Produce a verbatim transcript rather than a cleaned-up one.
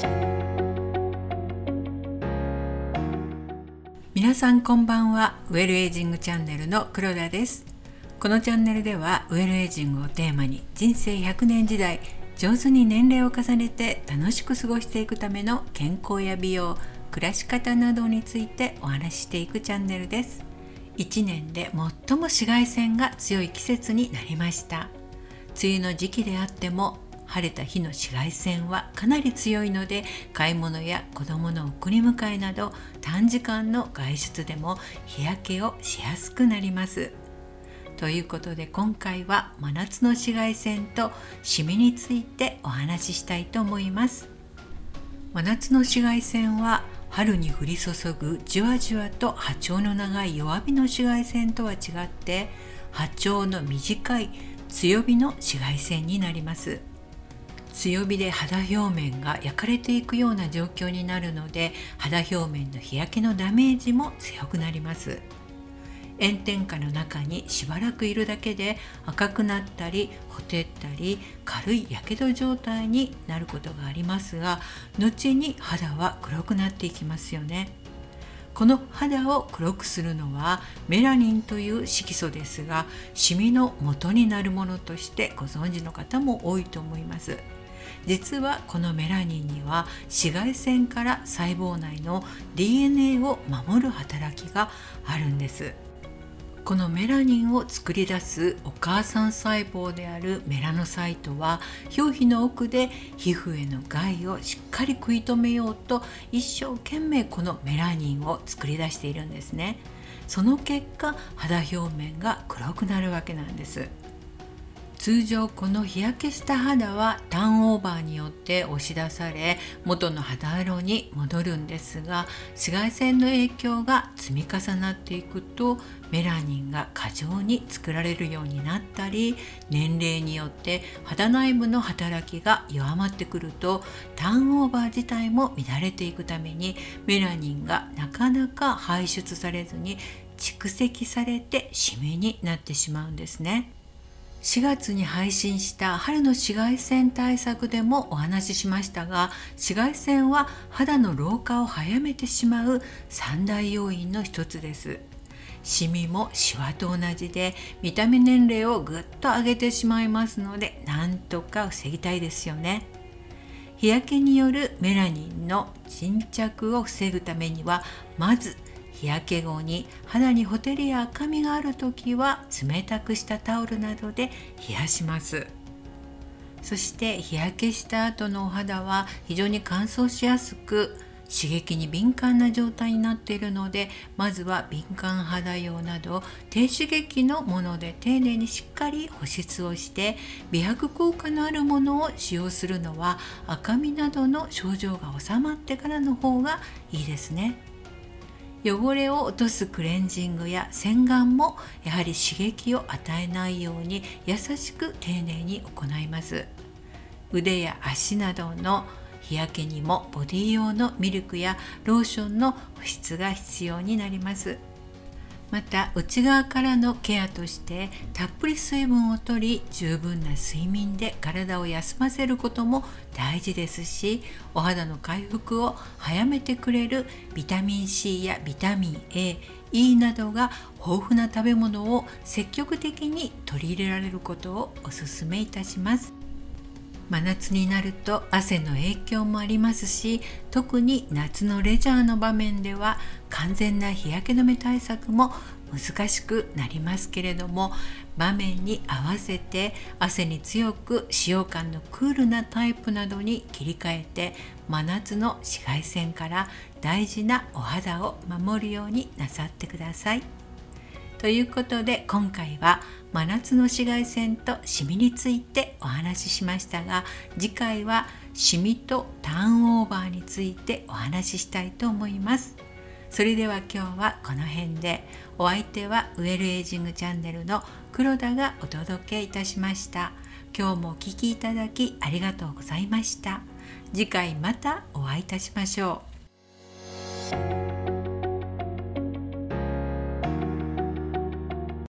皆さんこんばんは。ウェルエイジングチャンネルの黒田です。このチャンネルではウェルエイジングをテーマに人生ひゃくねん時代上手に年齢を重ねて楽しく過ごしていくための健康や美容、暮らし方などについてお話ししていくチャンネルです。いちねんで最も紫外線が強い季節になりました。梅雨の時期であっても晴れた日の紫外線はかなり強いので、買い物や子供の送り迎えなど短時間の外出でも日焼けをしやすくなります。ということで今回は真夏の紫外線とシミについてお話ししたいと思います。真夏の紫外線は春に降り注ぐじわじわと波長の長い弱火の紫外線とは違って、波長の短い強火の紫外線になります。強火で肌表面が焼かれていくような状況になるので、肌表面の日焼けのダメージも強くなります。炎天下の中にしばらくいるだけで赤くなったりほてったり軽いやけど状態になることがありますが、後に肌は黒くなっていきますよね。この肌を黒くするのはメラニンという色素ですが、シミの元になるものとしてご存知の方も多いと思います。実はこのメラニンには紫外線から細胞内の ディーエヌエー を守る働きがあるんです。このメラニンを作り出すお母さん細胞であるメラノサイトは、表皮の奥で皮膚への害をしっかり食い止めようと一生懸命このメラニンを作り出しているんですね。その結果肌表面が黒くなるわけなんです。通常この日焼けした肌はターンオーバーによって押し出され元の肌色に戻るんですが、紫外線の影響が積み重なっていくとメラニンが過剰に作られるようになったり、年齢によって肌内部の働きが弱まってくるとターンオーバー自体も乱れていくために、メラニンがなかなか排出されずに蓄積されてシミになってしまうんですね。しがつに配信した春の紫外線対策でもお話ししましたが、紫外線は肌の老化を早めてしまう三大要因の一つです。シミもシワと同じで見た目年齢をぐっと上げてしまいますので、なんとか防ぎたいですよね。日焼けによるメラニンの沈着を防ぐためには、まず日焼け後に肌にほてりや赤みがあるときは冷たくしたタオルなどで冷やします。そして日焼けした後のお肌は非常に乾燥しやすく刺激に敏感な状態になっているので、まずは敏感肌用など低刺激のもので丁寧にしっかり保湿をして、美白効果のあるものを使用するのは赤みなどの症状が治まってからの方がいいですね。汚れを落とすクレンジングや洗顔もやはり刺激を与えないように優しく丁寧に行います。腕や足などの日焼けにもボディ用のミルクやローションの保湿が必要になります。また内側からのケアとしてたっぷり水分をとり、十分な睡眠で体を休ませることも大事ですし、お肌の回復を早めてくれるビタミン シー やビタミン エー、イー などが豊富な食べ物を積極的に取り入れられることをお勧めいたします。真夏になると汗の影響もありますし、特に夏のレジャーの場面では完全な日焼け止め対策も難しくなりますけれども、場面に合わせて汗に強く使用感のクールなタイプなどに切り替えて、真夏の紫外線から大事なお肌を守るようになさってください。ということで今回は真夏の紫外線とシミについてお話ししましたが、次回はシミとターンオーバーについてお話ししたいと思います。それでは今日はこの辺で。お相手はウェルエイジングチャンネルの黒田がお届けいたしました。今日もお聞きいただきありがとうございました。次回またお会いいたしましょう。